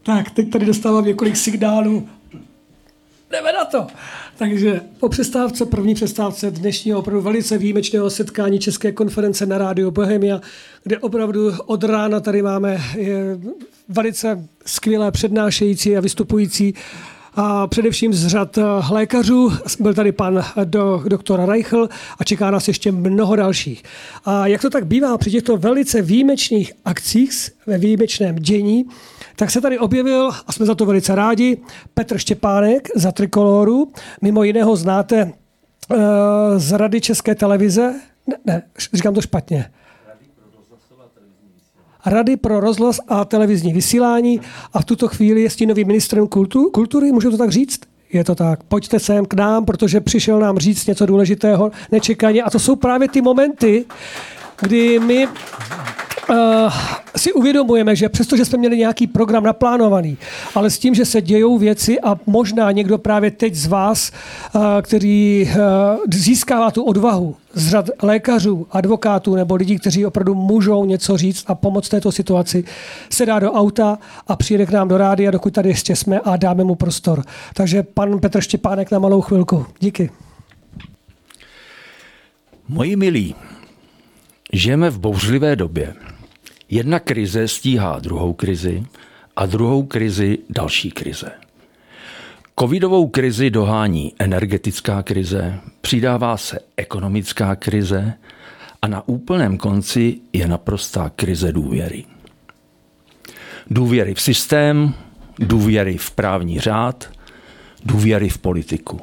Tak, teď tady dostávám několik signálů. Jdeme na to. Takže po první přestávce dnešního opravdu velice výjimečného setkání České konference na Rádiu Bohemia, kde opravdu od rána tady máme velice skvělé přednášející a vystupující a především z řad lékařů. Byl tady pan doktor Reichl a čeká nás ještě mnoho dalších. A jak to tak bývá při těchto velice výjimečných akcích ve výjimečném dění, tak se tady objevil, a jsme za to velice rádi, Petr Štěpánek za Trikoloru. Mimo jiného znáte z Rady České televize. Ne, říkám to špatně. Rady pro rozhlas a televizní vysílání a v tuto chvíli je stínovým ministrem kultury, můžu to tak říct? Je to tak. Pojďte sem k nám, protože přišel nám říct něco důležitého nečekaně a to jsou právě ty momenty, kdy my si uvědomujeme, že přestože jsme měli nějaký program naplánovaný, ale s tím, že se dějou věci a možná někdo právě teď z vás, který získává tu odvahu z řad lékařů, advokátů nebo lidí, kteří opravdu můžou něco říct a pomoct této situaci, se dá do auta a přijede k nám do rádia, dokud tady ještě jsme a dáme mu prostor. Takže pan Petr Štěpánek na malou chvilku. Díky. Moji milí, žijeme v bouřlivé době. Jedna krize stíhá druhou krizi a druhou krizi další krize. Covidovou krizi dohání energetická krize, přidává se ekonomická krize a na úplném konci je naprostá krize důvěry. Důvěry v systém, důvěry v právní řád, důvěry v politiku.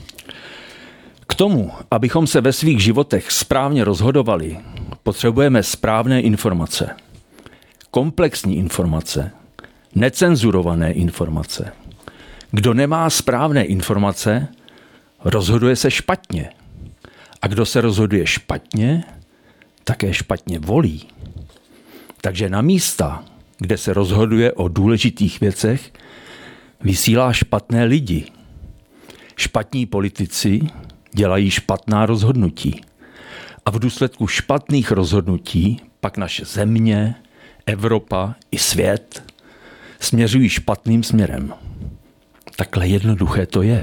K tomu, abychom se ve svých životech správně rozhodovali, potřebujeme správné informace. Komplexní informace, necenzurované informace. Kdo nemá správné informace, rozhoduje se špatně. A kdo se rozhoduje špatně, také špatně volí. Takže na místa, kde se rozhoduje o důležitých věcech, vysílá špatné lidi. Špatní politici dělají špatná rozhodnutí. A v důsledku špatných rozhodnutí pak naše země, Evropa i svět směřují špatným směrem. Takhle jednoduché to je.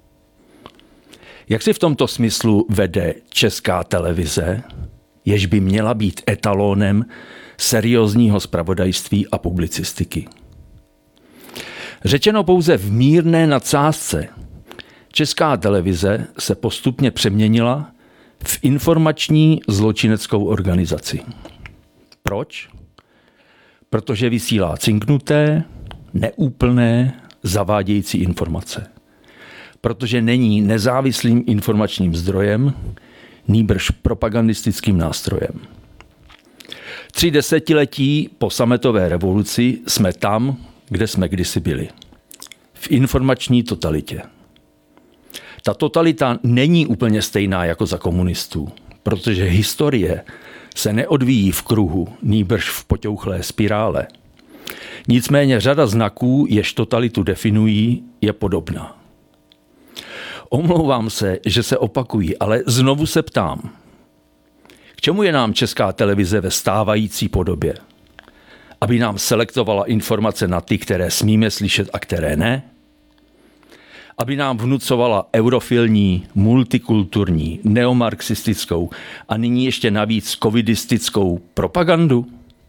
Jak si v tomto smyslu vede Česká televize, jež by měla být etalonem seriózního zpravodajství a publicistiky? Řečeno pouze v mírné nadsázce, Česká televize se postupně přeměnila v informační zločineckou organizaci. Proč? Protože vysílá cinknuté, neúplné, zavádějící informace. Protože není nezávislým informačním zdrojem, nýbrž propagandistickým nástrojem. 3 desetiletí po sametové revoluci jsme tam, kde jsme kdysi byli. V informační totalitě. Ta totalita není úplně stejná jako za komunistů, protože historie se neodvíjí v kruhu, nýbrž v poťouchlé spirále. Nicméně řada znaků, jež totalitu definují, je podobná. Omlouvám se, že se opakují, ale znovu se ptám. K čemu je nám Česká televize ve stávající podobě? Aby nám selektovala informace na ty, které smíme slyšet a které ne? Aby nám vnucovala eurofilní, multikulturní, neomarxistickou a nyní ještě navíc covidistickou propagandu?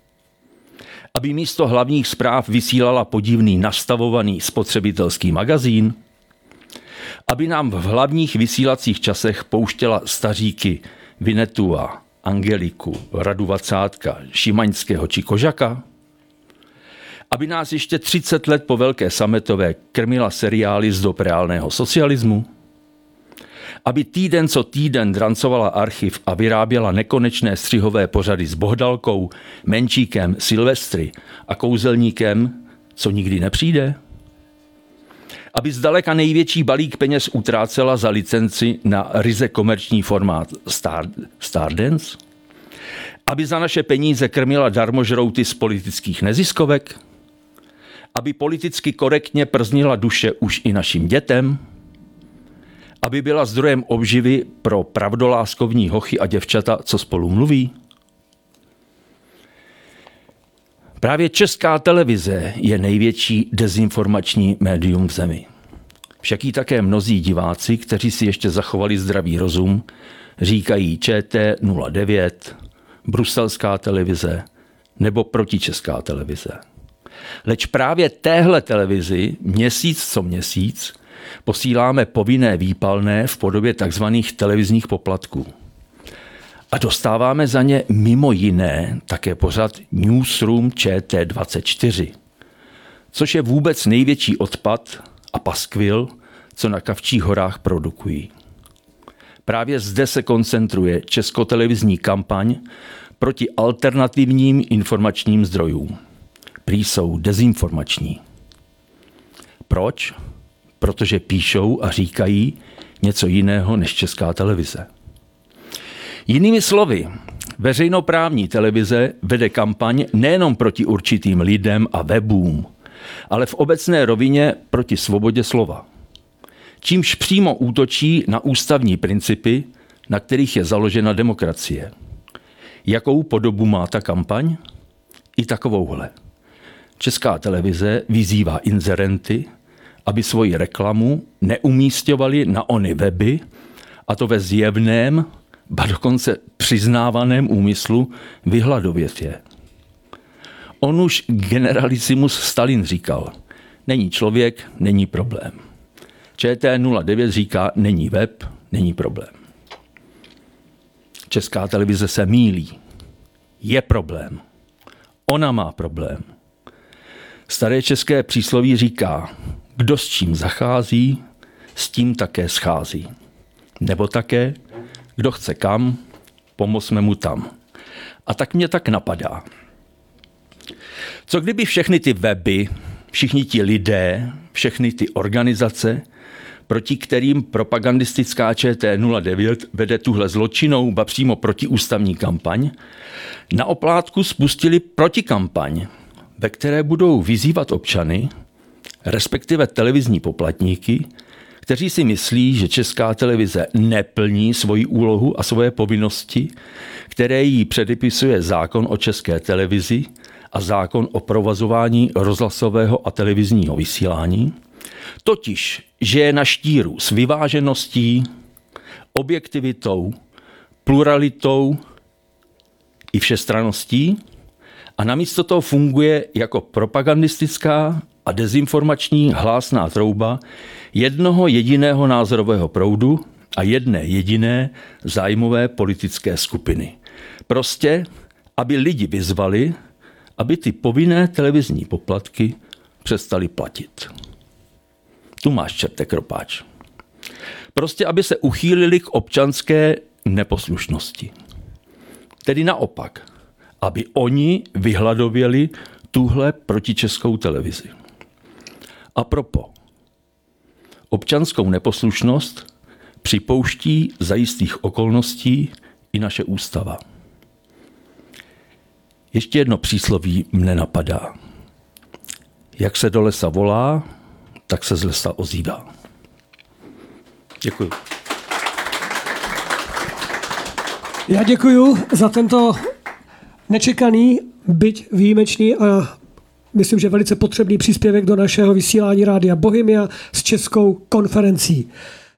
Aby místo hlavních zpráv vysílala podivný nastavovaný spotřebitelský magazín? Aby nám v hlavních vysílacích časech pouštěla staříky Vinetua, Angeliku, Radu Vacátka, Šimaňského či Kožaka? Aby nás ještě 30 let po velké sametové krmila seriály z dob reálného socialismu? Aby týden co týden drancovala archiv a vyráběla nekonečné střihové pořady s Bohdalkou, Menčíkem, Silvestry a kouzelníkem, co nikdy nepřijde? Aby zdaleka největší balík peněz utrácela za licenci na ryze komerční formát Stardance? Aby za naše peníze krmila darmožrouty z politických neziskovek? Aby politicky korektně prznila duše už i našim dětem? Aby byla zdrojem obživy pro pravdoláskovní hochy a děvčata, co spolu mluví? Právě Česká televize je největší dezinformační médium v zemi. Však jí také mnozí diváci, kteří si ještě zachovali zdravý rozum, říkají ČT09, bruselská televize nebo protičeská televize. Leč právě téhle televizi měsíc co měsíc posíláme povinné výpalné v podobě tzv. Televizních poplatků. A dostáváme za ně mimo jiné také pořad Newsroom ČT24, což je vůbec největší odpad a paskvil, co na Kavčích horách produkují. Právě zde se koncentruje českotelevizní kampaň proti alternativním informačním zdrojům. Prý jsou dezinformační. Proč? Protože píšou a říkají něco jiného než Česká televize. Jinými slovy, veřejnoprávní televize vede kampaň nejenom proti určitým lidem a webům, ale v obecné rovině proti svobodě slova. Čímž přímo útočí na ústavní principy, na kterých je založena demokracie. Jakou podobu má ta kampaň? I takovouhle. Česká televize vyzývá inzerenty, aby svoji reklamu neumísťovali na ony weby, a to ve zjevném, ba dokonce přiznávaném úmyslu vyhladovět je. On už generalissimus Stalin říkal, není člověk, není problém. ČT09 říká, není web, není problém. Česká televize se mýlí. Je problém. Ona má problém. Staré české přísloví říká, kdo s čím zachází, s tím také schází. Nebo také, kdo chce kam, pomozme mu tam. A tak mě tak napadá. Co kdyby všechny ty weby, všichni ti lidé, všechny ty organizace, proti kterým propagandistická ČT09 vede tuhle zločinnou, ba přímo protiústavní kampaň, na oplátku spustili protikampaň, ve které budou vyzývat občany, respektive televizní poplatníky, kteří si myslí, že Česká televize neplní svoji úlohu a svoje povinnosti, které jí předepisuje zákon o České televizi a zákon o provozování rozhlasového a televizního vysílání, totiž, že je na štíru s vyvážeností, objektivitou, pluralitou i všestranností a namísto toho funguje jako propagandistická a dezinformační hlásná trouba jednoho jediného názorového proudu a jedné jediné zájmové politické skupiny. Prostě, aby lidi vyzvali, aby ty povinné televizní poplatky přestali platit. Tu máš, čerte kropáč. Prostě, aby se uchýlili k občanské neposlušnosti. Tedy naopak, aby oni vyhladověli tuhle protičeskou televizi. A propo, občanskou neposlušnost připouští za jistých okolností i naše ústava. Ještě jedno přísloví mne napadá. Jak se do lesa volá, tak se z lesa ozývá. Děkuji. Já děkuji za tento nečekaný, byť výjimečný a myslím, že velice potřebný příspěvek do našeho vysílání Rádia Bohemia s Českou konferencí.